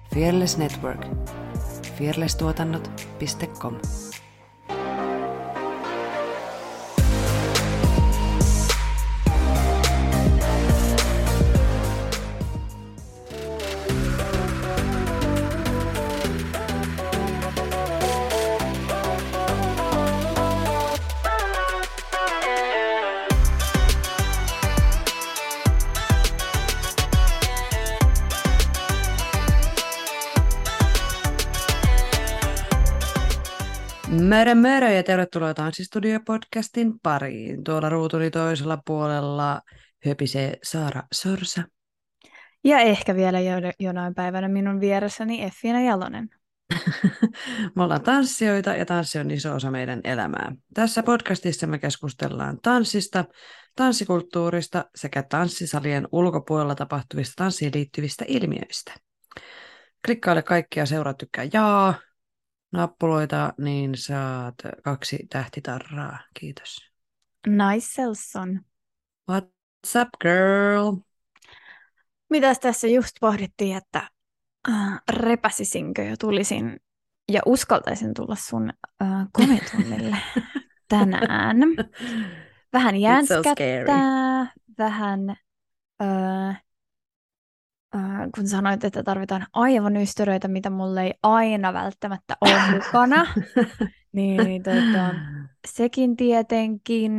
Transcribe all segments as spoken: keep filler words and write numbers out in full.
Fearless Network. fearless tuotannot piste com. Mörö mörö ja tervetuloa Tanssistudio-podcastin pariin. Tuolla ruutuni toisella puolella höpisee Saara Sorsa. Ja ehkä vielä jo- jonain päivänä minun vieressäni Effiina Jalonen. Me ollaan tanssijoita ja tanssi on iso osa meidän elämää. Tässä podcastissa me keskustellaan tanssista, tanssikulttuurista sekä tanssisalien ulkopuolella tapahtuvista tanssiin liittyvistä ilmiöistä. Klikkaile kaikkia seuraa tykkää jaa. Nappuloita, niin saat kaksi tähtitarraa. Kiitos. Nice Selson. What's up, girl? Mitäs tässä just pohdittiin, että äh, repäsisinkö ja tulisin ja uskaltaisin tulla sun äh, kometunnille tänään. Vähän It's so scary. jänskättää, vähän äh, äh, kun sanoit, että tarvitaan aivonystyröitä, mitä mulle ei aina välttämättä ole mukana. Niin, niin tota, sekin tietenkin.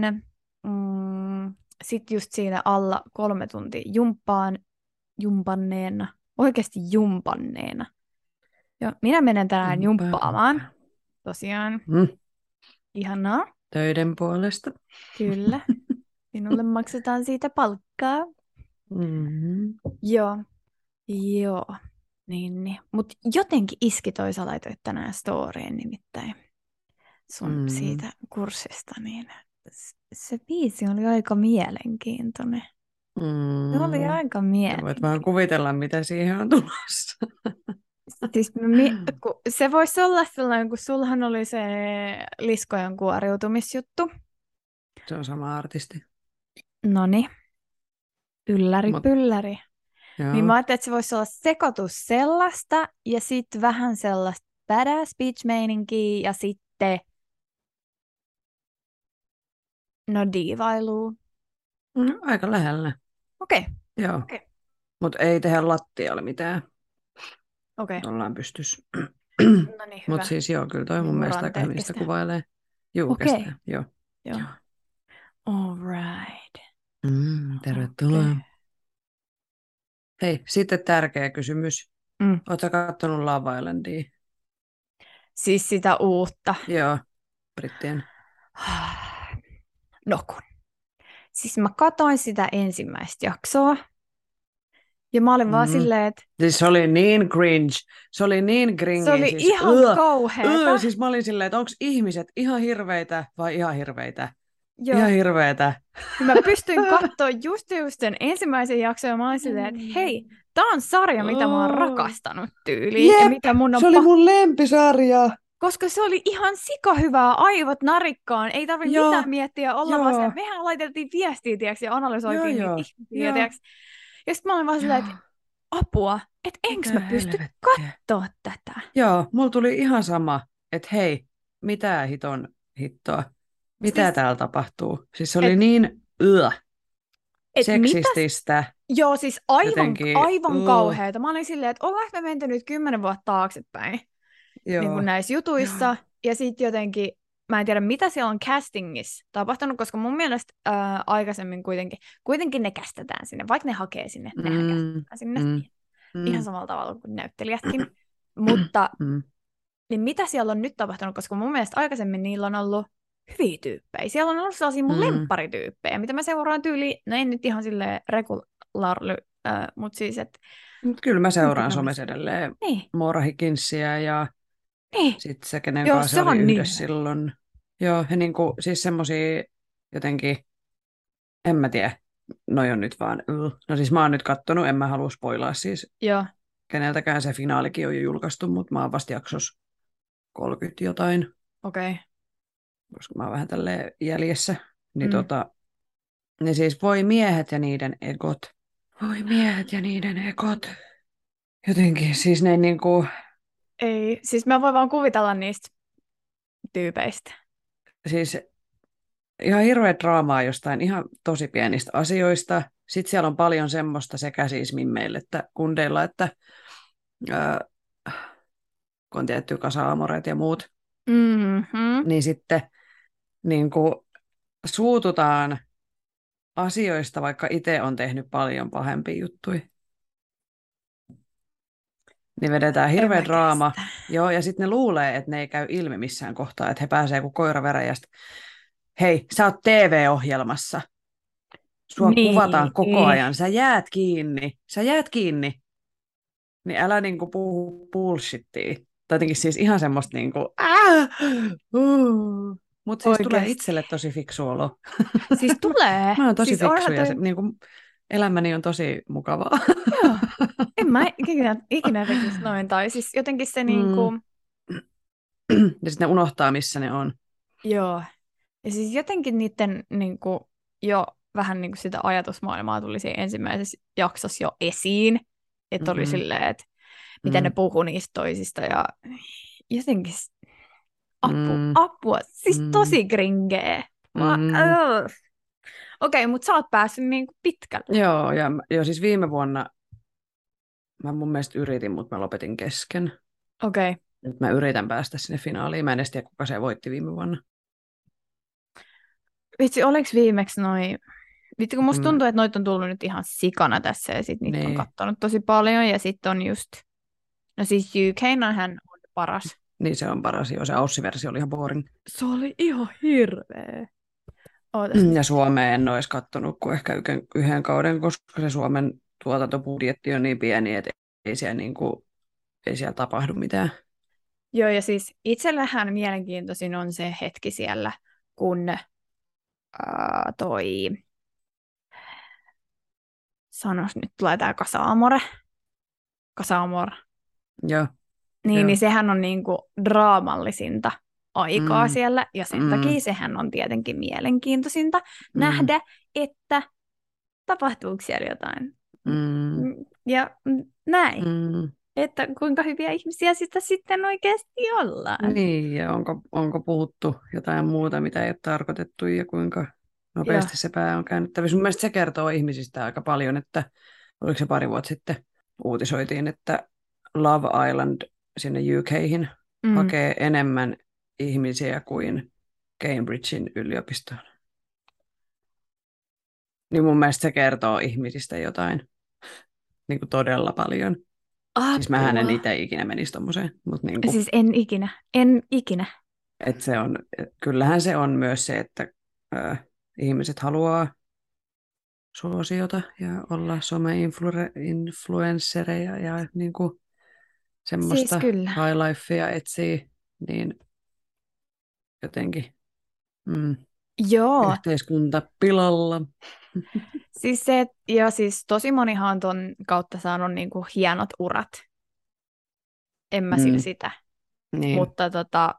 Mm, Sitten just siinä alla kolme tuntia jumppaan, jumpanneena, oikeasti jumpanneena. Joo, minä menen tänään Jumpa. jumppaamaan. Tosiaan, Mm, ihanaa, töiden puolesta. kyllä. Minulle maksetaan siitä palkkaa. Mm. Joo, joo. Niin, niin. Mutta jotenkin iski toisaalta laitoit tänään storyin nimittäin sun Mm. siitä kurssista, niin s- se biisi oli aika mielenkiintoinen. Mm. Se oli aika Sä voit mielenkiintoinen. vaan kuvitella, mitä siihen on tulossa. Siis mä mi- ku- se voisi olla sellainen, kun sullahan oli se liskojen kuoriutumisjuttu. Se on sama artisti. Noni, ylläri Mut- pylläri. Joo. Niin mä ajattelin, että se voisi olla sekoitus sellaista ja sitten vähän sellaista badass beach-meininkiä ja sitten no diivailua. Mm, aika lähellä. Okei, Joo. Okei. Mutta ei tehdä lattialle mitään. okei. Ollaan pystyssä. No niin, hyvä. Mutta siis joo, kyllä toi mun Niin mielestä muran aika hyvin sitä kestää. kuvailee. Juu, Okei. kestää. Joo. Joo. All right. Mm, tervetuloa. Okei. Hei, sitten tärkeä kysymys. Mm. Oletko katsonut Love Islandia? Siis sitä uutta. Joo, brittien. No kun. Siis mä katoin sitä ensimmäistä jaksoa. Ja mä olin mm. vaan Mm. silleen, että Siis se oli niin cringe. Se oli niin gringi. se oli siis, ihan ugh, kauheeta. ugh, siis mä olin silleen, että onko ihmiset ihan hirveitä vai ihan hirveitä? Joo. Ihan hirveitä. Ja mä pystyin katsoa just just sen ensimmäisen jakson ja mä olin silleen, että hei, tää on sarja, mitä mä oon Oh. rakastanut tyyliin. Ja Jep, mitä mun on se oli pakko, mun lempisarja. koska se oli ihan sikahyvää, aivot narikkaan, ei tarvitse Joo, mitään miettiä, olla joo. vaan se, mehän laitettiin viestiä, tiiäks, ja analysoitiin Joo, joo, niitä ihmisiä, joo. tiiäks. Ja sit mä olin vaan silleen, että apua, että enks Mitä mä pysty helvettiä? kattoo tätä. Joo, mulla tuli ihan sama, että hei, mitä hiton hittoa? Mitä Siis- täällä tapahtuu? Siis se oli Et- niin yö, Et mitä seksististä. Joo, siis aivan, Jotenkin, aivan ugh. kauheata. Mä olin silleen, että ollaanko me menty nyt kymmenen vuotta taaksepäin Joo. niin kuin näissä jutuissa. Joo. Ja sitten jotenkin, mä en tiedä mitä siellä on castingissa tapahtunut, koska mun mielestä ää, aikaisemmin kuitenkin, kuitenkin ne kästetään sinne, vaikka ne hakee sinne, mm. nehän Mm, kästetään sinne. mm, mm, Ihan samalla tavalla kuin näyttelijätkin. Mutta mm. niin mitä siellä on nyt tapahtunut, koska mun mielestä aikaisemmin niillä on ollut hyviä tyyppejä. Siellä on ollut sellaisia mun Mm. lempparityyppejä, mitä mä seuraan tyyliin, no en nyt ihan silleen regularly, äh, mutta siis, että Mut kyllä mä seuraan Instagramissa. somessa edelleen niin, Moora Hickinsia ja niin, sitten se, kenen Joo, kanssa se oli on niin yhdessä hyvä. silloin. Joo, ja niinku, siis semmosia jotenkin, en mä tiedä, noi on nyt vaan, uh. No siis mä oon nyt kattonut, en mä halua spoilaa siis joo, keneltäkään, se finaalikin on jo julkaistu, mutta mä oon vasta jaksossa kolmekymmentä jotain, okei. Okay. koska mä oon vähän tälleen jäljessä. Niin Mm. tota, niin siis voi miehet ja niiden egot. Voi miehet ja niiden egot. jotenkin, siis ne niinku, Ei, siis mä voin vaan kuvitella niistä tyypeistä. siis ihan hirveä draamaa jostain ihan tosi pienistä asioista. Sitten siellä on paljon semmoista sekä siis mimmeille että kundeilla, että ää, kun on tietty kasa-amoreet ja muut, Mm-hmm. niin sitten niin kuin suututaan asioista, vaikka itse on tehnyt paljon pahempia juttuja. Niin vedetään En hirveä mä draama. kestä. Joo, ja sitten ne luulee, että ne ei käy ilmi missään kohtaa, että he pääsee kuin koira veräjästä. Hei, sä oot T V-ohjelmassa. Sua kuvataan Niin. koko ajan. Sä jäät kiinni. Sä jäät kiinni. Niin älä niinku puhu bullshittia. Tai jotenkin siis ihan semmoista niinku, uh. Mutta siis tulee Oikeesti. itselle tosi fiksu olo. Siis tulee. Mä oon tosi Siis fiksu onhan ja toi... se, niinku, elämäni on tosi mukavaa. Joo. En mä ikinä, ikinä tekisi noin. Tai siis jotenkin se Mm. niinku... Ja sitten ne unohtaa, missä ne on. Joo. Ja siis jotenkin niiden niinku, jo vähän niinku sitä ajatusmaailmaa tuli siinä ensimmäisessä jaksossa jo esiin. Että oli Mm-hmm. silleen, että miten ne Mm. puhuu niistä toisista. Ja jotenkin s- apu, Mm. apua. Siis Mm. tosi gringeä. Mä- Mm. ugh. Okei, mutta sä oot päässyt niinku pitkälle. Joo, ja mä- jo siis viime vuonna mä mun mielestä yritin, mutta mä lopetin kesken. Okei. Nyt mä yritän päästä sinne finaaliin. Mä en edes tiedä, kuka se voitti viime vuonna. Vitsi, oliks viimeksi noi... Vitsi, kun musta Mä, tuntuu, että noita on tullut nyt ihan sikana tässä ja sit niitä on niin, kattonut tosi paljon ja sitten on just... No siis U K hän on paras. niin se on paras. Jo, se Aussi-versio oli ihan boring. Se oli ihan hirveä. Ootas nyt. Ja Suomeen en olisi kattonut kuin ehkä yhden, yhden kauden, koska se Suomen tuotantobudjetti on niin pieni, että ei siellä, niin kuin, ei siellä tapahdu mitään. Joo, ja siis itsellähän mielenkiintoisin on se hetki siellä, kun ää, toi... Sanos nyt, tulee tää Kasaamore. Kasaamor. Joo, Niin, joo. niin sehän on niinku draamallisinta aikaa Mm. siellä, ja sen Mm. takia sehän on tietenkin mielenkiintoisinta Mm. nähdä, että tapahtuuko siellä jotain. Mm. Mm, Ja mm, näin, Mm. että kuinka hyviä ihmisiä sitä sitten oikeasti ollaan. Niin, ja onko, onko puhuttu jotain muuta, mitä ei ole tarkoitettu, ja kuinka Joo, nopeasti se pää on käännettävissä. Mun mielestä se kertoo ihmisistä aika paljon, että oliko se pari vuotta sitten uutisoitiin, että Love Island sinne U K:hin mm, hakee enemmän ihmisiä kuin Cambridgein yliopistoon. Niin mun mielestä se kertoo ihmisistä jotain niin kuin todella paljon. Siis mähän en apua. itse ikinä menisi tommoseen, mutta niin kuin, Siis en ikinä, en ikinä. että se on, kyllähän se on myös se, että ö, ihmiset haluaa suosiota ja olla some-influenssereja ja niin kuin Siis semmoista kyllä. high lifea etsii, niin jotenkin mm, Joo, yhteiskunta pilalla. siis se, ja siis tosi monihan on ton kautta saanut niinku hienot urat. En mä sillä Mm, sitä. niin. Mutta tota,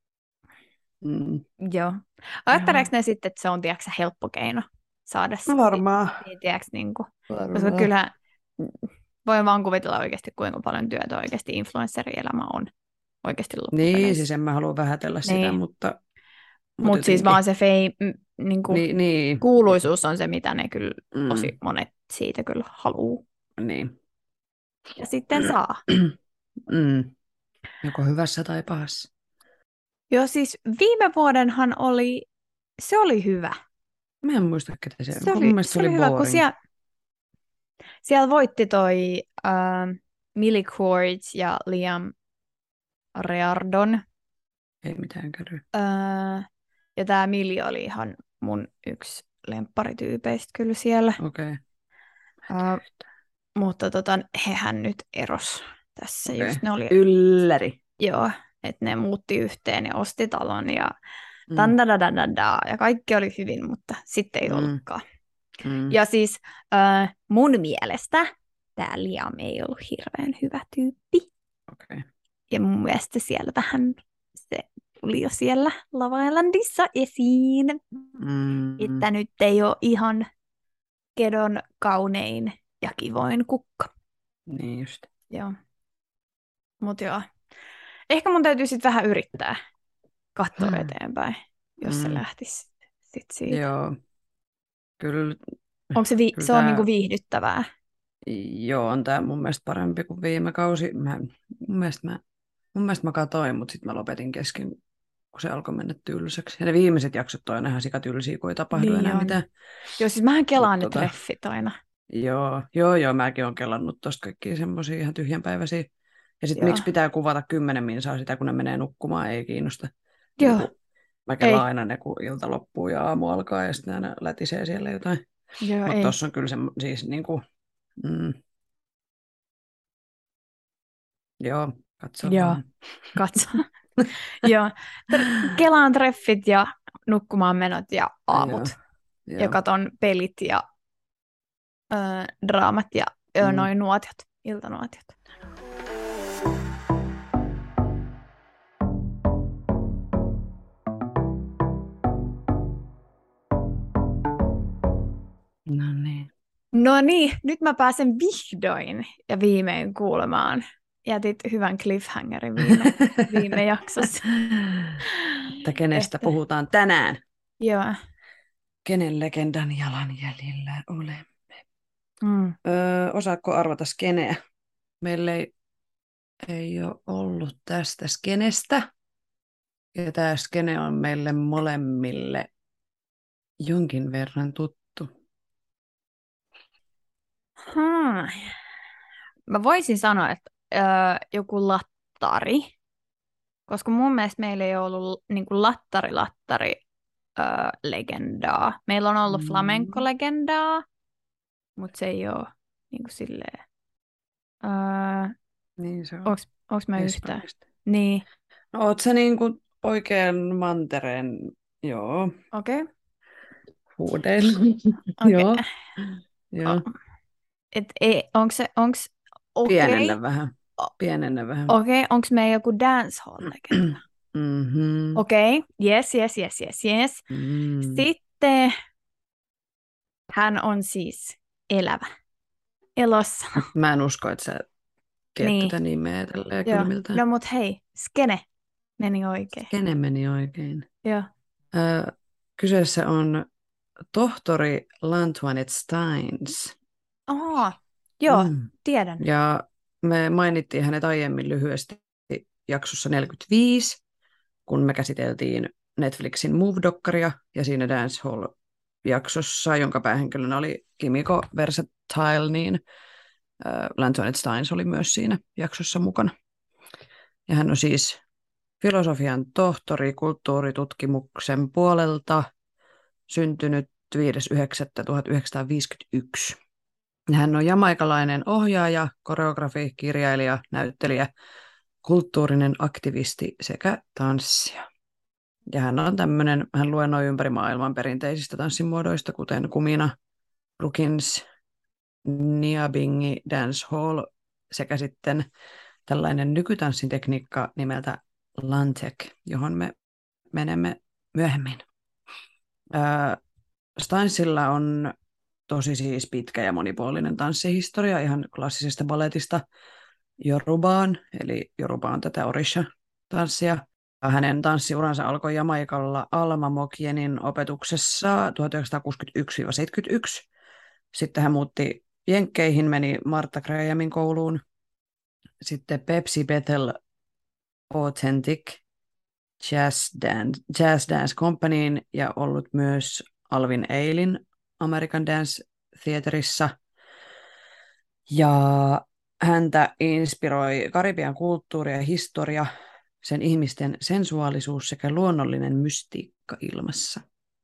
Mm. joo. Ajatteleeko ne sitten, että se on tiedätkö, helppo keino saada No varmaan. niin, tiedätkö, niin kuin, koska varmaan. kyllähän voi vaan kuvitella oikeasti, kuinka paljon työtä oikeasti influencerielämä on oikeasti loppupeleissä. Niin, siis en mä halua vähätellä sitä, Niin. mutta... Mutta mut Mut siis jotenkin. vaan se fei, m, niin kuin, Niin, niin, kuuluisuus on se, mitä ne kyllä, mm, tosi monet siitä kyllä haluaa. niin. Ja sitten saa. Mm. Joko hyvässä tai pahassa. Joo, siis viime vuodenhan oli, se oli hyvä. Mä en muista, ketä se, Se kun oli, mun mielestä se oli hyvä, kun boring. siellä, siellä voitti toi äh, Millie Quartz ja Liam Riardon. Ei mitään käy. Öö, ja tämä Millie oli ihan mun yksi lempparityypeistä kyllä siellä. Okei. Öö, mutta tota, hehän nyt eros tässä Okei. just. Ne oli, Ylläri. joo, että ne muutti yhteen ja osti talon ja Mm. tandadadadada, ja kaikki oli hyvin, mutta sitten ei Mm. ollutkaan. Mm. Ja siis öö, mun mielestä tämä Liam ei ollut hirveän hyvä tyyppi. Okei. Ja mun mielestä siellä vähän se tuli jo siellä Love Islandissa esiin, Mm. että nyt ei ole ihan kedon kaunein ja kivoin kukka. Niin just. Joo. Mut joo. Ehkä mun täytyy sitten vähän yrittää katsoa eteenpäin, jos se Mm, lähtisi sit siitä. joo, kyllä, Onko se, vi- kyllä se on niinku tämä, viihdyttävää? joo, on tämä mun mielestä parempi kuin viime kausi. Mä, mun mielestä mä, mun mielestä mä katoin, mutta sitten mä lopetin kesken, kun se alkoi mennä tylsäksi. Ja ne viimeiset jaksot on ihan sikatylsiä, kun ei tapahdu Niin enää on. mitään. Joo, siis mähän Mut kelaan ne tota, treffit aina. joo, joo, joo, mäkin olen kelannut tosta kaikkia semmoisia ihan tyhjänpäiväisiä. Ja sitten Joo. miksi pitää kuvata kymmenen minsaa sitä, kun ne menee nukkumaan, ei kiinnosta. Niin Joo, kun mä kelaan ei. aina ne, kun ilta loppuu ja aamu alkaa ja sitten aina lätisee siellä jotain. Joo, Mutta ei. tossa on kyllä se, siis niinku, mm, joo, katso Joo, vaan. katso. Joo. Tr- kelaan treffit ja nukkumaan menot ja Joo, aamut. Ja joo. katon pelit ja ö, draamat ja ö, Mm. noin nuotiot, iltanuotiot. No niin. No niin, nyt mä pääsen vihdoin ja viimein kuulemaan. Jätit hyvän cliffhangerin viime, viime jaksossa. Että kenestä Että, puhutaan tänään? joo. Kenen legendan jalanjäljillä olemme? Mm. Öö, osaatko arvata skeneä? Meillä ei, ei ole ollut tästä skenestä. Ja tämä skene on meille molemmille jonkin verran tuttu. Hmm. Mä voisin sanoa, että ö, joku lattari, koska mun mielestä meillä ei ollut niin kuin lattari-lattari ö, legendaa. Meillä on ollut Mm, flamenco-legendaa, mutta se ei ole niin kuin silleen. Öö, niin se on onks, onks mä yhtään? Espanjasta. Niin, No, oot sä niinku oikean mantereen, joo, okei. huudeilla. Okay. Joo, joo. Et ei, onks se, onks, okei, Pienennä vähän, o- pienennä vähän. okei, onks meillä joku dancehall-legenda? Mm-hmm. Okei, yes, yes, yes, yes, yes. Mm. Sitten hän on siis elävä, elossa. Mä en usko, että sä tiedät Niin, tätä nimeä tälleen joo. kylmiltään. No mut hei, skene meni oikein. Kene meni oikein. Joo. Ö, kyseessä on tohtori L'Antoinette Steins. Aha, joo, Mm. tiedän. Ja me mainittiin hänet aiemmin lyhyesti jaksossa neljäkymmentäviisi, kun me käsiteltiin Netflixin Move-dokkaria ja siinä Dancehall-jaksossa, jonka päähenkilönä oli Kimiko Versatile, niin äh, L'Antoinette Steins oli myös siinä jaksossa mukana. Ja hän on siis filosofian tohtori kulttuuritutkimuksen puolelta, syntynyt viides yhdeksättä tuhatyhdeksänsataaviisikymmentäyksi. Hän on jamaikalainen ohjaaja, koreografi, kirjailija, näyttelijä, kulttuurinen aktivisti sekä tanssija. Ja hän on tämmöinen, hän luennoi ympäri maailman perinteisistä tanssimuodoista, kuten kumina, brookins, niabingi, dancehall sekä sitten tällainen nykytanssin tekniikka nimeltä lantek, johon me menemme myöhemmin. Ää, Steinsilla on tosi siis pitkä ja monipuolinen tanssihistoria ihan klassisesta balletista Yorubaan, eli Yoruba on tätä Orisha-tanssia. Hänen tanssiuransa alkoi Jamaikalla Alma Mokienin opetuksessa tuhatyhdeksänsataakuusikymmentäyksi–seitsemänkymmentäyksi. Sitten hän muutti Jenkkeihin, meni Martha Grahamin kouluun. Sitten Pepsi Bethel Authentic Jazz Dance, Jazz Dance Companyin ja ollut myös Alvin Ailin American Dance Theaterissa. Ja häntä inspiroi Karibian kulttuuri ja historia, sen ihmisten sensuaalisuus sekä luonnollinen mystiikka ilmassa.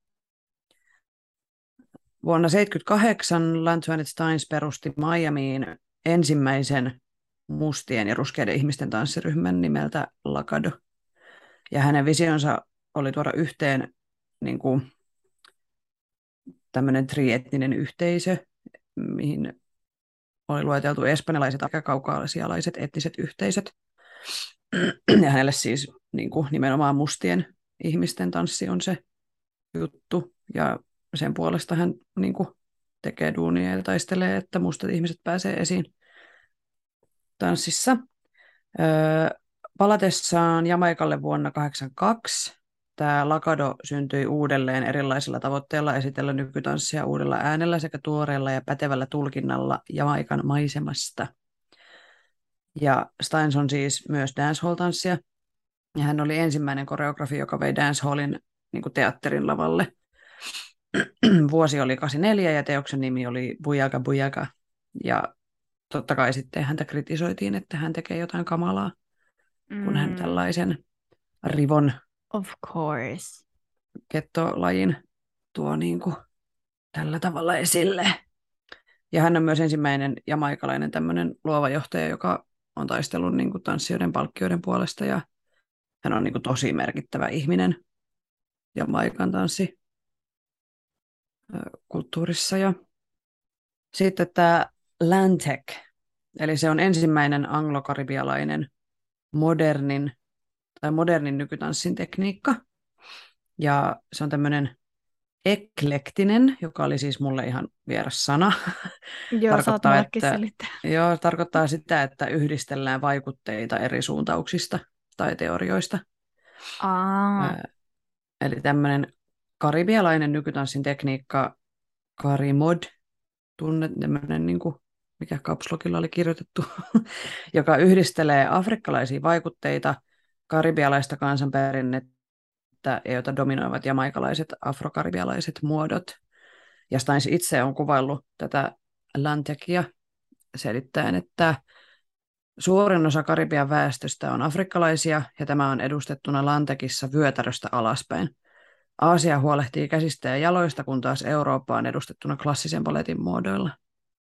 Vuonna tuhatyhdeksänsataaseitsemänkymmentäkahdeksan L'Antoinette Steins perusti Miamiin ensimmäisen mustien ja ruskeiden ihmisten tanssiryhmän nimeltä Lakado. Ja hänen visionsa oli tuoda yhteen niin kuin, tämmöinen trietninen yhteisö, mihin oli lueteltu espanjalaiset ja kaukaasialaiset etniset yhteisöt. Ja hänelle siis niin kuin, nimenomaan mustien ihmisten tanssi on se juttu. Ja sen puolesta hän niin kuin, tekee duunia ja taistelee, että mustat ihmiset pääsee esiin tanssissa. Öö, palatessaan Jamaikalle vuonna tuhatyhdeksänsataakahdeksankymmentäkaksi tämä Lakado syntyi uudelleen erilaisilla tavoitteilla esitellä nykytanssia uudella äänellä sekä tuoreella ja pätevällä tulkinnalla Jamaikan maisemasta. Ja Stynes on siis myös dancehall-tanssia, ja hän oli ensimmäinen koreografi, joka vei dancehallin niin kuin teatterin lavalle. Vuosi oli kahdeksankymmentäneljä ja teoksen nimi oli Bujaga Bujaga. Ja totta kai sitten häntä kritisoitiin, että hän tekee jotain kamalaa, kun hän Mm, tällaisen rivon of course. kettolajin tuo niin kuin tällä tavalla esille. Ja hän on myös ensimmäinen jamaikalainen tämmöinen luova johtaja, joka on taistellut niin kuin tanssijoiden palkkioiden puolesta, ja hän on niin kuin tosi merkittävä ihminen Jamaikan tanssikulttuurissa. Ja sitten tämä Lantec, eli se on ensimmäinen anglokaribialainen modernin tai modernin nykytanssin tekniikka. Ja se on tämmöinen eklektinen, joka oli siis mulle ihan vieras sana. Joo, saat tarkoittaa, mullekin että, selittää. joo, tarkoittaa sitä, että yhdistellään vaikutteita eri suuntauksista tai teorioista. Aa, Ää, eli tämmöinen karibialainen nykytanssin tekniikka, karimod, tunnet, tämmöinen niin kuin, mikä kapslokilla oli kirjoitettu, joka yhdistelee afrikkalaisia vaikutteita, karibialaista kansanperinnettä, joita dominoivat jamaikalaiset afrokaribialaiset muodot. Ja Steins itse on kuvaillut tätä Lantekia selittäen, että suurin osa Karibian väestöstä on afrikkalaisia, ja tämä on edustettuna Lantekissa vyötäröstä alaspäin. Aasia huolehtii käsistä ja jaloista, kun taas Eurooppa on edustettuna klassisen baletin muodoilla.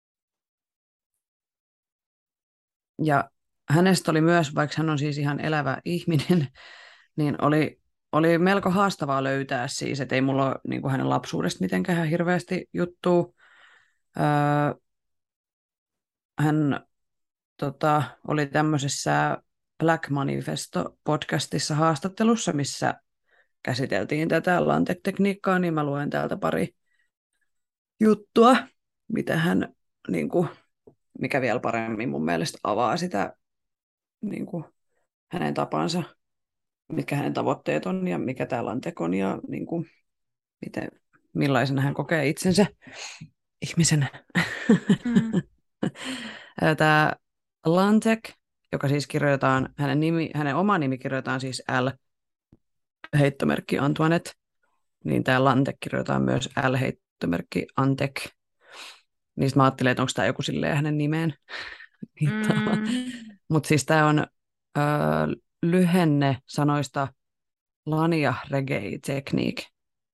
Ja hänestä oli myös, vaikka hän on siis ihan elävä ihminen, niin oli, oli melko haastavaa löytää siis, että ei mulla ole niin kuin hänen lapsuudesta mitenkään hirveästi juttua. Öö, hän tota, oli tämmöisessä Black Manifesto-podcastissa haastattelussa, missä käsiteltiin tätä Lantec-tekniikkaa, niin mä luen täältä pari juttua, mitä hän, niin kuin, mikä vielä paremmin mun mielestä avaa sitä niin kuin, hänen tapansa, mitkä hänen tavoitteet on ja mikä tämä Lantec on ja niin kuin, miten, millaisena hän kokee itsensä ihmisenä. mm. Tämä Lantec, joka siis kirjoitetaan, hänen, nimi, hänen oma nimi kirjoitetaan siis L, heittomerkki Antoinette, niin tämä Lantec kirjoitetaan myös L, heittomerkki Antec. Niistä mä ajattelin, että onko tämä joku silleen hänen nimeen viittaava. Mm. Mutta siis tämä on ö, lyhenne sanoista Lania Reggae Technique.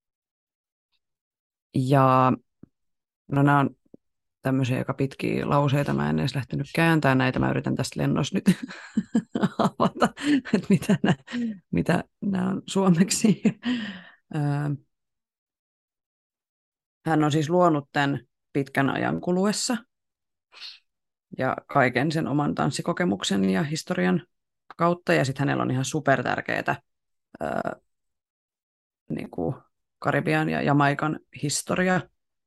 Ja no nämä on tämmöisiä aika pitkiä lauseita. Mä en edes lähtenyt kääntämään näitä. Mä yritän tästä lennossa nyt avata, että mitä nämä, mitä nämä on suomeksi. Hän on siis luonut tämän pitkän ajan kuluessa ja kaiken sen oman tanssikokemuksen ja historian kautta. Ja sitten hänellä on ihan supertärkeää ää, niin kuin Karibian ja Jamaikan historia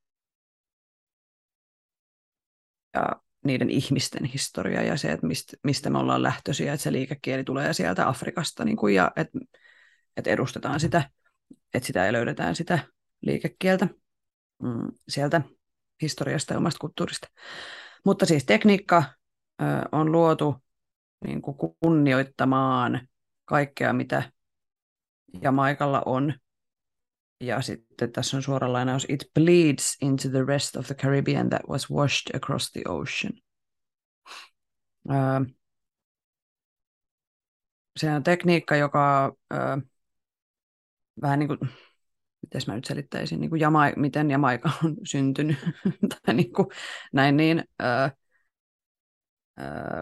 ja niiden ihmisten historia ja se, että mistä, mistä me ollaan lähtöisiä, että se liikekieli tulee sieltä Afrikasta niin kuin, ja että, että edustetaan sitä, että sitä ei löydetään sitä liikekieltä mm, sieltä historiasta ja omasta kulttuurista. Mutta siis tekniikka ö, on luotu niin kuin kunnioittamaan kaikkea, mitä Jamaikalla on. Ja sitten tässä on suora lainaus: It bleeds into the rest of the Caribbean that was washed across the ocean. Öö, se on tekniikka, joka öö, vähän niin kuin, miten mä nyt selittäisin, niin kuin Jama, miten Jamaika on syntynyt. tai niin kuin, näin niin, öö, öö,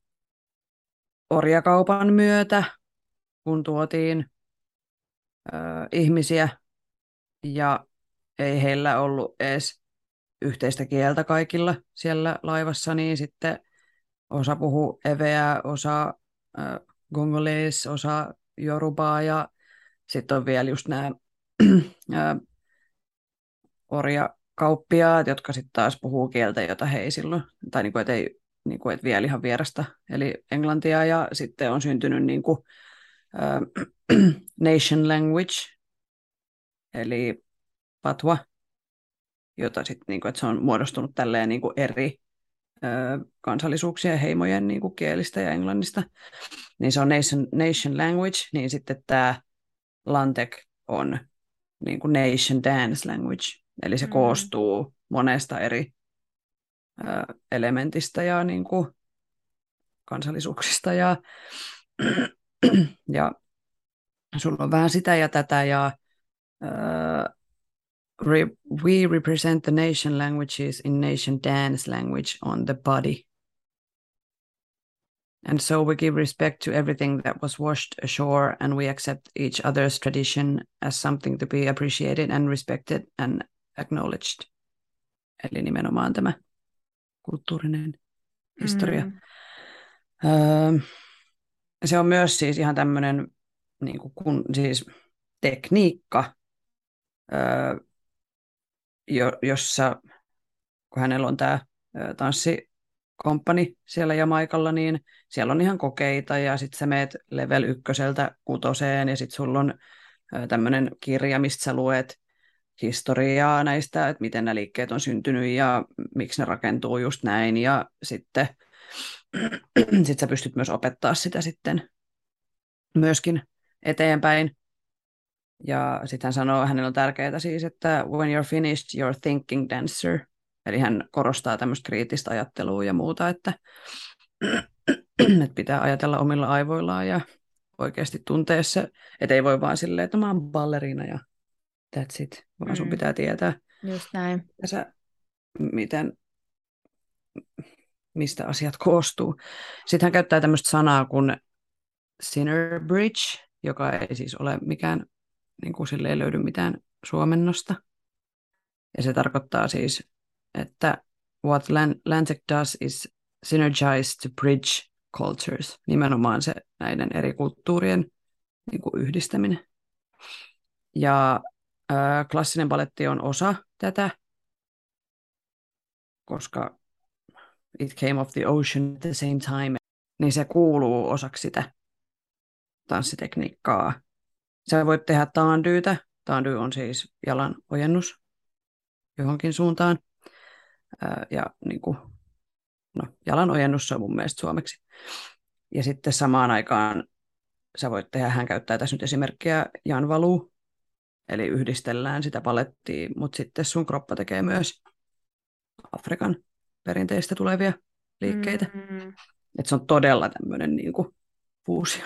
orjakaupan myötä, kun tuotiin öö, ihmisiä ja ei heillä ollut edes yhteistä kieltä kaikilla siellä laivassa, niin sitten osa puhuu eveä, osa äh, gongolees, osa jorubaa ja sitten on vielä just nämä äh, orjakauppiaat, jotka sitten taas puhuu kieltä, jota he ei silloin, tai niinku, et ei niin kuin, et vielä ihan vierasta, eli englantia, ja sitten on syntynyt niin kuin, äh, nation language, eli patwa, jota sitten, niin kuin, että se on muodostunut tälleen niin kuin eri ö, kansallisuuksien ja heimojen niin kuin kielistä ja englannista, niin se on nation, nation language, niin sitten tämä Lantek on niin kuin nation dance language, eli se Mm. koostuu monesta eri ö, elementistä ja niin kuin kansallisuuksista ja, ja sulla on vähän sitä ja tätä ja ö, Re- we represent the nation languages in nation dance language on the body. And so we give respect to everything that was washed ashore, and we accept each other's tradition as something to be appreciated and respected and acknowledged. Eli nimenomaan tämä kulttuurinen historia. Mm. Öö, se on myös siis ihan tämmöinen niin kuin kun, siis tekniikka, öö, jo, jossa kun hänellä on tämä tanssikomppani siellä Jamaikalla, niin siellä on ihan kokeita ja sitten sä meet level ykköseltä kutoseen ja sitten sulla on tämmöinen kirja, mistä sä luet historiaa näistä, että miten nämä liikkeet on syntynyt ja miksi ne rakentuu just näin ja sitten sit sä pystyt myös opettaa sitä sitten myöskin eteenpäin. Ja sitten hän sanoo, hänellä on tärkeää siis, että when you're finished, you're thinking dancer. Eli hän korostaa tämmöistä kriittistä ajattelua ja muuta, että, että pitää ajatella omilla aivoillaan ja oikeasti tuntea se, että ei voi vaan silleen, että mä oon balleriina ja that's it, vaan sun Mm. pitää tietää, Just näin. sä, miten, mistä asiat koostuu. Sitten hän käyttää tämmöistä sanaa kuin sinner bridge, joka ei siis ole mikään, niin kuin sille ei löydy mitään suomennosta. Ja se tarkoittaa siis, että what Lantek does is synergize to bridge cultures. Nimenomaan se näiden eri kulttuurien niin kuin yhdistäminen. Ja ää, klassinen baletti on osa tätä, koska it came off the ocean at the same time, niin se kuuluu osaksi sitä tanssitekniikkaa. Sä voit tehdä taandyytä. Taandy on siis jalan ojennus johonkin suuntaan. Ää, ja niin kuin, no, jalan ojennus on mun mielestä suomeksi. Ja sitten samaan aikaan sä voit tehdä, hän käyttää tässä nyt esimerkkiä janvalu, eli yhdistellään sitä palettia, mutta sitten sun kroppa tekee myös Afrikan perinteistä tulevia liikkeitä. Mm. Että se on todella tämmöinen niin kuin fuusio.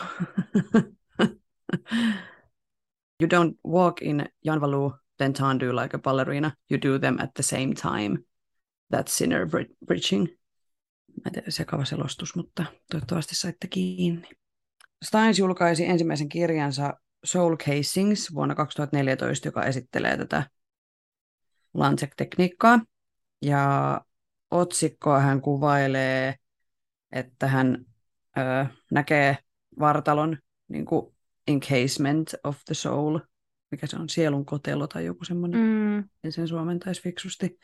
You don't walk in janvalu, then tandu like a ballerina. You do them at the same time. That's sinner bridging. Mä en tiedä, sekava selostus, mutta toivottavasti saitte kiinni. Steins julkaisi ensimmäisen kirjansa Soul Casings vuonna kaksituhattaneljätoista, joka esittelee tätä Lantek-tekniikkaa. Ja otsikkoa hän kuvailee, että hän ö, näkee vartalon niin kuin encasement of the soul, mikä se on, sielun kotelo tai joku semmoinen, Mm. en sen suomentaisi fiksusti.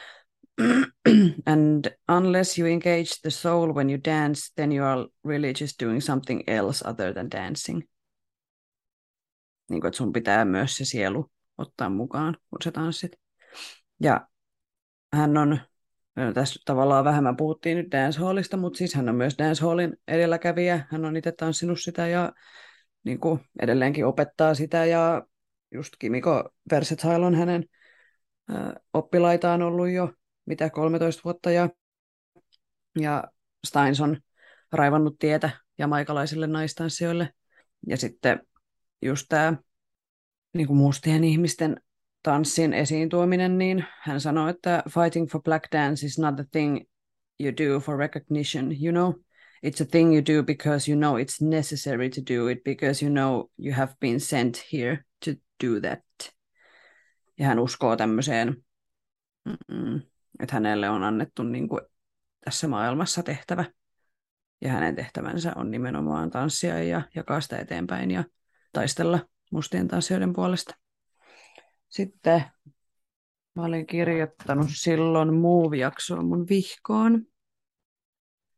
And unless you engage the soul when you dance, then you are really just doing something else other than dancing. Niin kuin, että sun pitää myös se sielu ottaa mukaan, kun sä tanssit. Ja hän on, no tässä tavallaan vähemmän puhuttiin nyt dancehallista, mutta siis hän on myös dancehallin edelläkävijä. Hän on itse tanssinut sitä ja niin kuin edelleenkin opettaa sitä. Ja just Kimiko Versatile on hänen ä, oppilaitaan ollut jo mitä kolmetoista vuotta. Ja, ja Steins on raivannut tietä jamaikalaisille naistanssijoille. Ja sitten just tämä niin kuin mustien ihmisten tanssin esiin tuominen, niin hän sanoi, että fighting for black dance is not a thing you do for recognition, you know. It's a thing you do because you know it's necessary to do it, because you know you have been sent here to do that. Ja hän uskoo tämmöiseen, että hänelle on annettu niin kuin tässä maailmassa tehtävä. Ja hänen tehtävänsä on nimenomaan tanssia ja jakaa sitä eteenpäin ja taistella mustien tanssijoiden puolesta. Sitten mä olin kirjoittanut silloin Move-jaksoa mun vihkoon.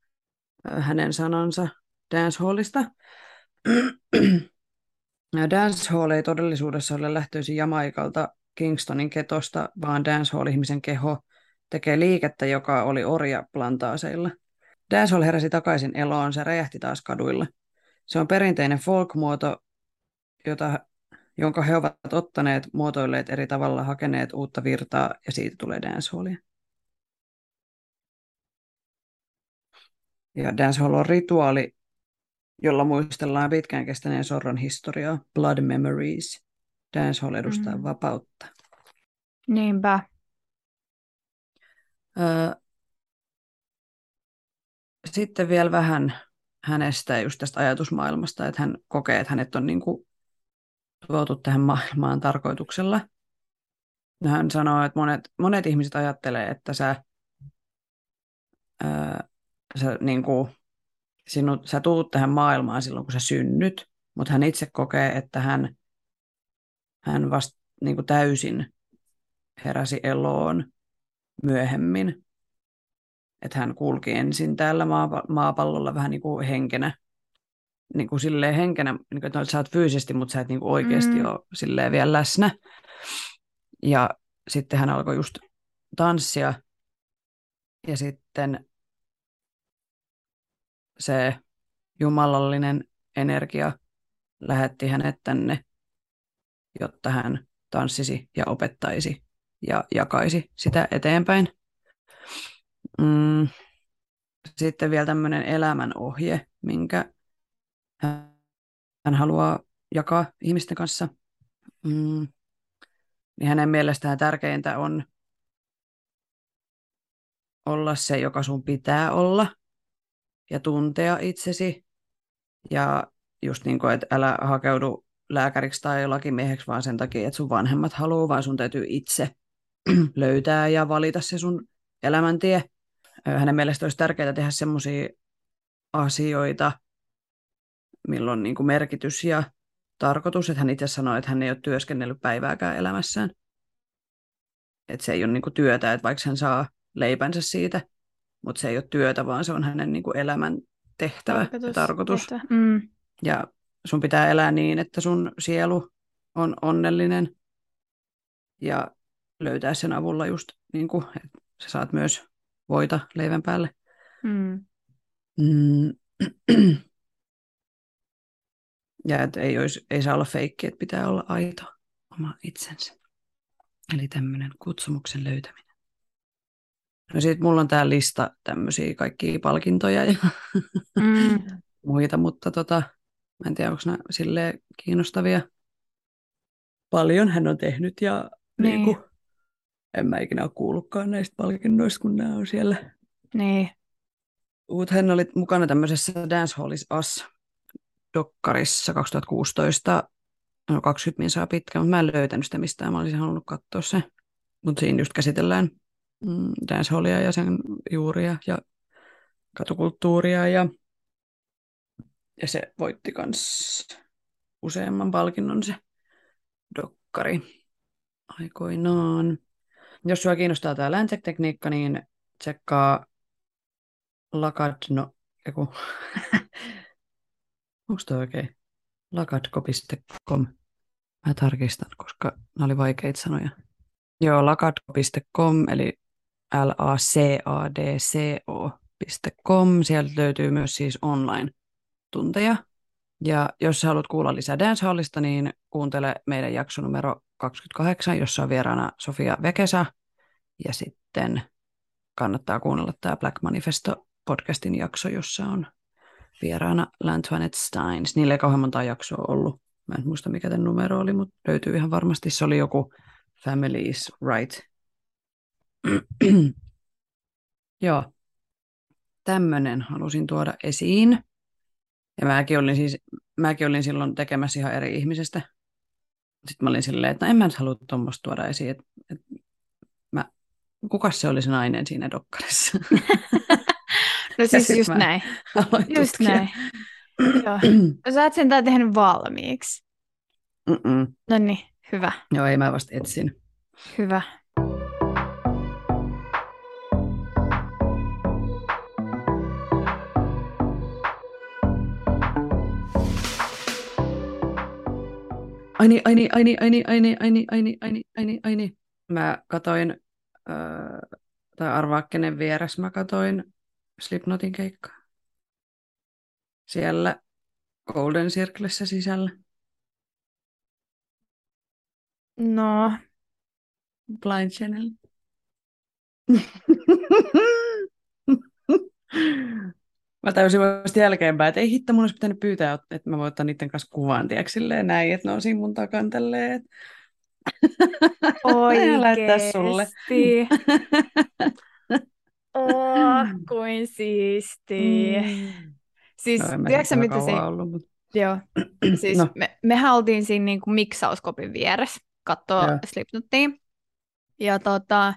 hänen sanansa dancehallista. Dancehall ei todellisuudessa ole lähtöisin Jamaikalta Kingstonin ketosta, vaan dancehall-ihmisen keho tekee liikettä, joka oli orja plantaaseilla. Dancehall heräsi takaisin eloon, se räjähti taas kaduilla. Se on perinteinen folk-muoto, jota, jonka he ovat ottaneet, muotoilleet eri tavalla, hakeneet uutta virtaa, ja siitä tulee dancehallia. Ja dancehall on rituaali, jolla muistellaan pitkään kestäneen sorron historiaa, Blood Memories. Dancehall edustaa mm. vapautta. Niinpä. Öö, sitten vielä vähän hänestä just tästä ajatusmaailmasta, että hän kokee, että hänet on niin kuin tuotu tähän maailmaan tarkoituksella. Hän sanoo, että monet, monet ihmiset ajattelee, että sä, öö, sä, niin kuin, sinut, sä tuut tähän maailmaan silloin, kun sä synnyt, mutta hän itse kokee, että hän, hän vasta niin kuin täysin heräsi eloon myöhemmin. Että hän kulki ensin täällä maapallolla vähän niin kuin henkenä, niin kuin silleen henkenä, niin kuin, että sä oot fyysisesti, mutta sä et niin kuin oikeasti mm. ole silleen vielä läsnä. Ja sitten hän alkoi just tanssia, ja sitten se jumalallinen energia lähetti hänet tänne, jotta hän tanssisi ja opettaisi ja jakaisi sitä eteenpäin. Mm. Sitten vielä tämmöinen elämänohje, minkä hän haluaa jakaa ihmisten kanssa. Mm. Niin hänen mielestään tärkeintä on olla se, joka sun pitää olla, ja tuntea itsesi. Ja just niin kuin, että älä hakeudu lääkäriksi tai lakimieheksi vaan sen takia, että sun vanhemmat haluaa, vaan sun täytyy itse löytää ja valita se sun elämäntie. Hänen mielestään olisi tärkeää tehdä semmoisia asioita, milloin on niin kuin merkitys ja tarkoitus. Että hän itse sanoi, että hän ei ole työskennellyt päivääkään elämässään. Että se ei ole niin kuin työtä, että vaikka hän saa leipänsä siitä, mutta se ei ole työtä, vaan se on hänen niin kuin elämän tehtävä tarkoitus. Ja tarkoitus. Mm. Ja sun pitää elää niin, että sun sielu on onnellinen ja löytää sen avulla just niin kuin, että sä saat myös voita leivän päälle. Mm. Mm. Ja että ei, olisi, ei saa olla feikki, että pitää olla aito oma itsensä. Eli tämmöinen kutsumuksen löytäminen. No sit mulla on tää lista tämmöisiä kaikkia palkintoja ja mm. muita, mutta tota, mä en tiedä, onko nämä silleen kiinnostavia. Paljon hän on tehnyt ja niin. Niin kuin, en mä ikinä ole kuullutkaan näistä palkinnoista, kun nämä on siellä. Niin. Mutta hän oli mukana tämmöisessä Dancehall is Us-dokkarissa kaksituhattakuusitoista. No kaksikymmentä minsaa pitkä, mutta mä en löytänyt sitä mistään. Mä olisin halunnut katsoa se. Mutta siinä just käsitellään mm, dancehallia ja sen juuria ja katukulttuuria. Ja, ja se voitti kans useamman palkinnon se dokkari aikoinaan. Jos sua kiinnostaa tää Lantek-tekniikka, niin tsekkaa lakadno... Eiku... Onko toi oikein? lakadko piste com. Mä tarkistan, koska ne oli vaikeita sanoja. Joo, lakadko piste com, eli L A C A D C O piste com. Sieltä löytyy myös siis online-tunteja. Ja jos sä haluat kuulla lisää dancehallista, niin kuuntele meidän jakso numero kaksikymmentäkahdeksan, jossa on vieraana Sofia Vekesa. Ja sitten kannattaa kuunnella tämä Black Manifesto-podcastin jakso, jossa on vieraana Lantoinette Steins. Niillä ei kauhean monta jaksoa ollut. Mä en muista, mikä tämän numero oli, mutta löytyy ihan varmasti. Se oli joku Family is Right. Joo, tämmöinen halusin tuoda esiin. Ja mäkin olin, siis, mäkin olin silloin tekemässä ihan eri ihmisestä. Sitten mä olin silleen, että no en mä nyt halua tuommoista tuoda esiin. Että, että mä, kukas se oli se nainen siinä dokkarissa? No siis just näin. Just tutkia. Näin. Joo. Sä et sentään tehnyt valmiiksi. Mm-mm. No niin, hyvä. Joo, ei mä vasta etsin. Hyvä. Ai niin, ai niin, ai niin, ai niin, ai niin, ai niin, ai niin, ai niin, ai niin, ai niin. Mä katoin, öö, tai arvaa kenen vieressä mä katoin Slipknotin keikkaa. Siellä Golden Circlessä sisällä. No, Blind Channel. Mä täysin vasta jälkeenpäin, että ei hitto, mun olisi pitänyt pyytää, että mä voin ottaa niiden kanssa kuvan, tiedätkö, silleen näin, että ne on siinä mun takan tälleen, että ja lähettää sulle. oikeesti. Oh, kuin siistiä. Mm. Siis, No en mä tiedätkö sä, siitä mitä kauan se... ollut, mutta Joo. Siis no, me, mehän oltiin siinä niinku miksauskopin vieressä katsoa joo. Slipknotia. Ja tota,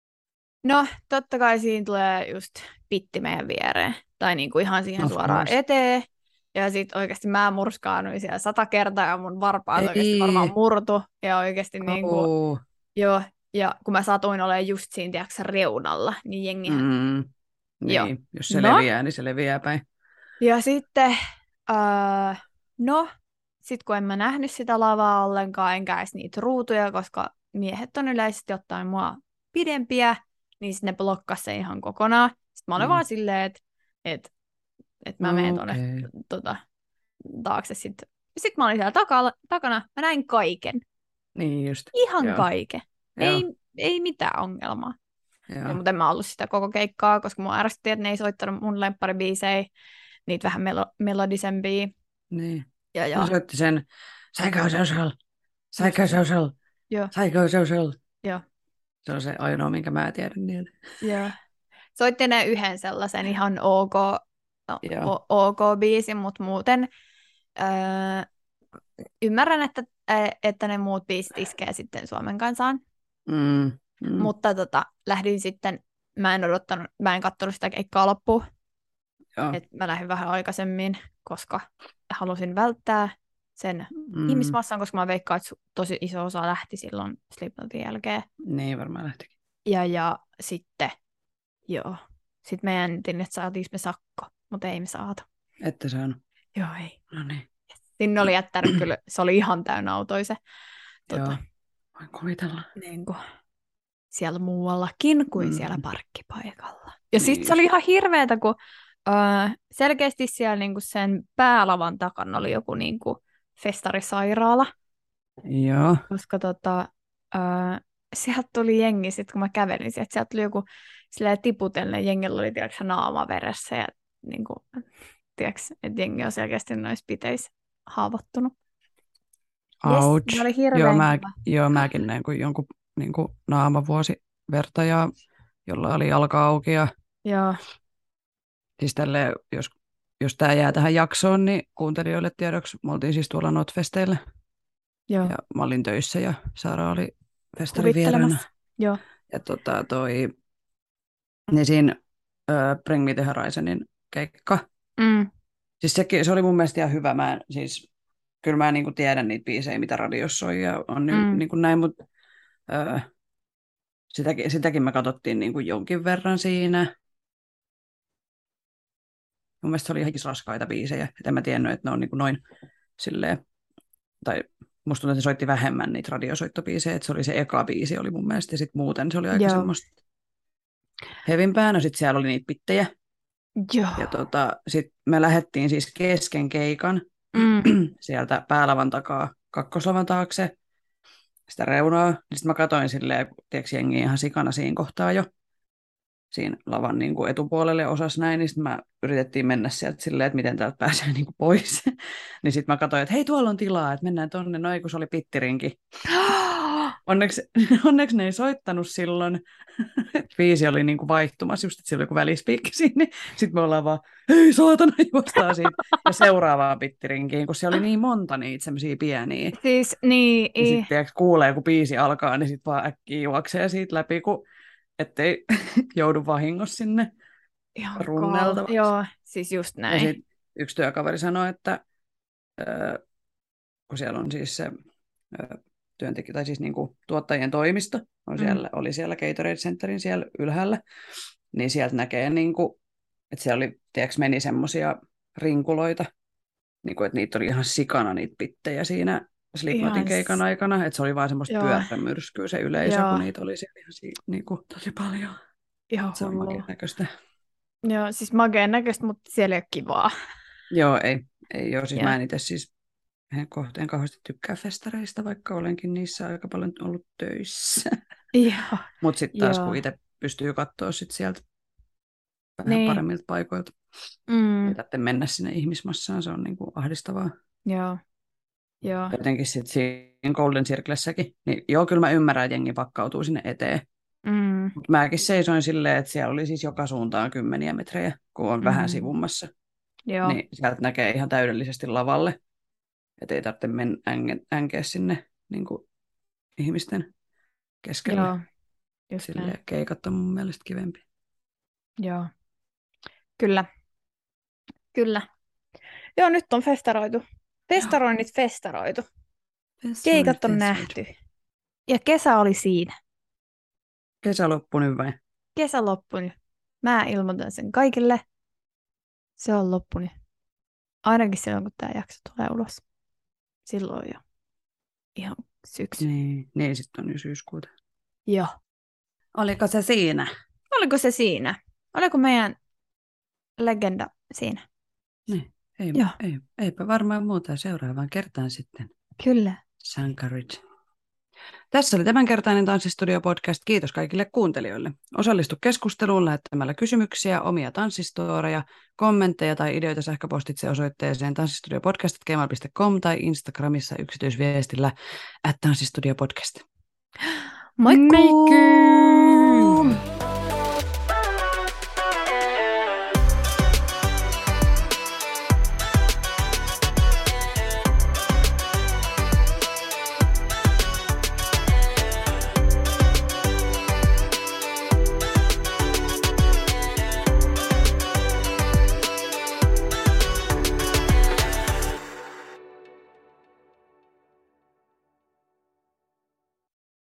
no, totta kai siinä tulee just pitti meidän viereen. Tai niinku ihan siihen Of suoraan course. eteen. Ja sit oikeasti mä murskaannuin siellä sata kertaa ja mun varpaat oikeasti varmaan Ei, murtu. Ja oikeasti niinku, oh. joo. Ja kun mä satuin olemaan just siinä, tiedätkö, reunalla, niin jengihän, Mm. joo. Niin, jos se No, leviää, niin se leviää päin. ja sitten, öö, no, sit kun en mä nähnyt sitä lavaa ollenkaan, enkä edes niitä ruutuja, koska miehet on yleisesti ottaen mua pidempiä, niin sitten ne blokkas sen ihan kokonaan. Sitten mä olin Mm. vaan silleen, että et, et mä menen tuonne Okei. tota, taakse sitten. Sitten mä olin siellä takala, takana, mä näin kaiken. Niin just. Ihan Joo. kaiken. Joo. Ei, ei mitään ongelmaa. Ja, Joo. mutta en mä ollut sitä koko keikkaa, koska mua ärsytti, että ne ei soittanut mun lempparibiisejä, niitä vähän melo- melodisempia. Niin. Ja, Ne ja soitti sen Psychosocial, just se. Psychosocial, Joo, Psychosocial. joo, Se on se ainoa, minkä mä tiedän niiltä. joo. Soitti ne yhden sellaisen ihan ok, o- Joo. o- ok biisin, mutta muuten öö, ymmärrän, että, ä- että ne muut biisit iskee sitten Suomen kansaan. Mm. Mm. Mutta tota, lähdin sitten, mä en odottanut, mä en katsonut sitä keikkaa loppuun. Joo. Et mä lähdin vähän aikaisemmin, koska halusin välttää sen Mm. ihmismassan, koska mä veikkaan, että su- tosi iso osa lähti silloin Slipknotin jälkeen. Niin varmaan lähtikin. Ja, ja sitten, joo, sitten me jännitin, että saatiinko me sakko, mutta ei me saatu. Ette saanut. Joo, ei. No niin. Sinne oli jättänyt kyllä, se oli ihan täynnä autoja se, Joo. tota, Voin kuvitella. niin kuin, siellä muuallakin kuin Mm. siellä parkkipaikalla. Ja Niin sitten se oli just. ihan hirveetä, kun öö, selkeästi siellä niinku sen päälavan takana oli joku niinku festarisairaala, Joo. koska tota, öö, sieltä tuli jengi, sit kun mä kävelin sieltä, sieltä tuli joku silleen tiputellen, jengillä oli tiedätkö, naama veressä ja niinku, tiedätkö, että jengi on selkeästi noissa piteissä haavoittunut. Ouch. Jes, ne oli Joo, hirveän mä, kiva. joo, mäkin näin kuin jonkun niin kuin naamavuosi verta, ja, jolla oli jalka auki. Ja, Joo, siis tälleen, jos, jos tämä jää tähän jaksoon, niin kuuntelijoille tiedoksi, me oltiin siis tuolla Notfesteillä. joo, Ja mä olin töissä ja Saara oli festarivieraana. kuvittelemassa. Joo, Ja tota toi, niin siinä ö, Bring Me The Horizonin keikka. mm, Siis se, se oli mun mielestä ihan hyvä. Mä en, siis, kyllä mä niin kuin tiedän niitä biisejä, mitä radiossa soi ja on mm, niin kuin näin, mutta ö, sitäkin, sitäkin me katsottiin niin kuin jonkin verran siinä. Mun mielestä se oli ihan raskaita biisejä. Et en mä tiennyt, että ne on niin kuin noin silleen, tai musta tuntuu, että se soitti vähemmän niitä radiosoittobiisejä, että se oli se eka biisi oli mun mielestä, ja sitten muuten se oli aika joo, semmoista hevimpää. No sitten siellä oli niitä bittejä, joo, ja tota, sitten me lähdettiin siis kesken keikan mm, sieltä päälavan takaa kakkoslavan taakse, sitä reunaa, niin sitten mä katsoin silleen, tiedätkö, jengi ihan sikana siinä kohtaa jo, siinä lavan niin kuin etupuolelle osas näin, niin sitten mä yritettiin mennä sieltä silleen, että miten täältä pääsee niin kuin pois. Niin sitten mä katsoin, että hei, tuolla on tilaa, että mennään tonne, no ei kun se oli pittirinki. Onneksi, onneksi ne ei soittanut silloin. Biisi oli niin kuin vaihtumassa, just että siellä oli joku välispiikki siinä. Niin sitten me ollaan vaan, hei saatana, juostaan siitä. Ja seuraavaan pittirinkiin, kun siellä oli niin monta niitä semmoisia pieniä. Siis niin, Ja i- sitten kuulee, kun biisi alkaa, niin sitten vaan äkkiä juoksee siitä läpi, kun ettei joudu vahingossa sinne ihan kal- runneltavaksi. Joo, siis just Ja näin. sitten yksi työkaveri sanoi, että ö, kun siellä on siis se ö, työntekijä, tai siis niinku tuottajien toimisto, on siellä, Mm. oli siellä Gatorade Centerin siellä ylhäällä, niin sieltä näkee, niinku, että siellä oli, tiedätkö, meni semmoisia rinkuloita, niinku, että niitä oli ihan sikana niitä pittejä siinä Slipknotin keikan aikana, että se oli vaan semmoista pyörämyrskyä se yleisö, Joo. kun niitä oli siellä ihan si- niinku, tosi paljon. Ihan se on hullua. makeen näköistä. Joo, siis makeen näköistä, mutta siellä ei ole kivaa. Joo, ei. ei ole. Siis Joo. mä en itse siis en, kohta, en kauheasti tykkää festareista, vaikka olenkin niissä aika paljon ollut töissä. Joo. Mutta sitten taas, Joo. kun itse pystyy katsoa sit sieltä vähän Niin. paremmilta paikoilta, Mm. ei tarvitse mennä sinne ihmismassaan, se on niinku ahdistavaa. Joo. Joo. Jotenkin sitten siinä Golden Circlessäkin, niin joo, kyllä mä ymmärrän, että jengi pakkautuu sinne eteen. Mm. Mut mäkin seisoin silleen, että siellä oli siis joka suuntaan kymmeniä metrejä, kun on mm. vähän sivummassa. Joo. Niin sieltä näkee ihan täydellisesti lavalle. Että ei tarvitse mennä änkeä sinne niin kuin ihmisten keskelle. Joo. Just silleen näin. keikat on mun mielestä kivempi. Joo. Kyllä. Kyllä. Joo, nyt on festaroitu. Festaroinnit festaroitu. Keikat on nähty. Ja kesä oli siinä. Kesä loppui nyt vai? Kesä loppui nyt. Mä ilmoitan sen kaikille. Se on loppunut. Ainakin silloin, kun tämä jakso tulee ulos. Silloin jo. Ihan syksy. Niin, niin sitten on jo syyskuuta. Joo. Oliko se siinä? Oliko se siinä? Oliko meidän legenda siinä? Niin, ei, Joo. ei, eipä varmaan muuta seuraavaan kertaan sitten. Kyllä. Sankarit. Tässä oli tämänkertainen Tanssistudio-podcast. Kiitos kaikille kuuntelijoille. Osallistu keskusteluun lähettämällä kysymyksiä, omia tanssistooreja, kommentteja tai ideoita sähköpostitse osoitteeseen tanssistudiopodcast piste gmail piste com tai Instagramissa yksityisviestillä at tanssistudiopodcast. Moikkuu! Moikkuu!